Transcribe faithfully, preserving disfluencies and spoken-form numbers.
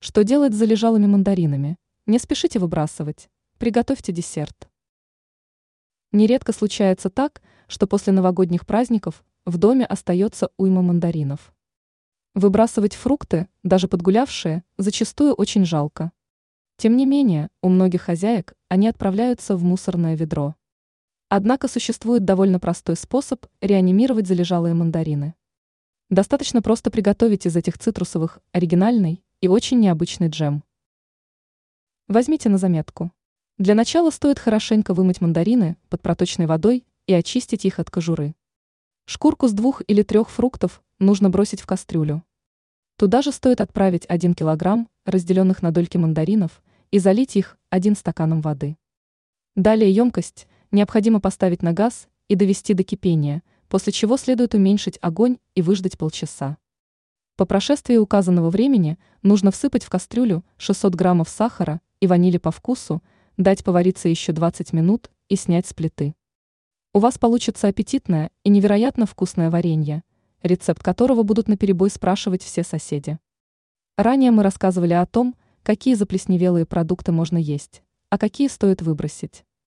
Что делать с залежалыми мандаринами? Не спешите выбрасывать. Приготовьте десерт. Нередко случается так, что после новогодних праздников в доме остается уйма мандаринов. Выбрасывать фрукты, даже подгулявшие, зачастую очень жалко. Тем не менее, у многих хозяек они отправляются в мусорное ведро. Однако существует довольно простой способ реанимировать залежалые мандарины. Достаточно просто приготовить из этих цитрусовых оригинальный и очень необычный джем. Возьмите на заметку. Для начала стоит хорошенько вымыть мандарины под проточной водой и очистить их от кожуры. Шкурку с двух или трех фруктов нужно бросить в кастрюлю. Туда же стоит отправить один килограмм разделенных на дольки мандаринов и залить их одним стаканом воды. Далее емкость необходимо поставить на газ и довести до кипения, после чего следует уменьшить огонь и выждать полчаса. По прошествии указанного времени нужно всыпать в кастрюлю шестьсот граммов сахара и ванили по вкусу, дать повариться еще двадцать минут и снять с плиты. У вас получится аппетитное и невероятно вкусное варенье, рецепт которого будут наперебой спрашивать все соседи. Ранее мы рассказывали о том, какие заплесневелые продукты можно есть, а какие стоит выбросить.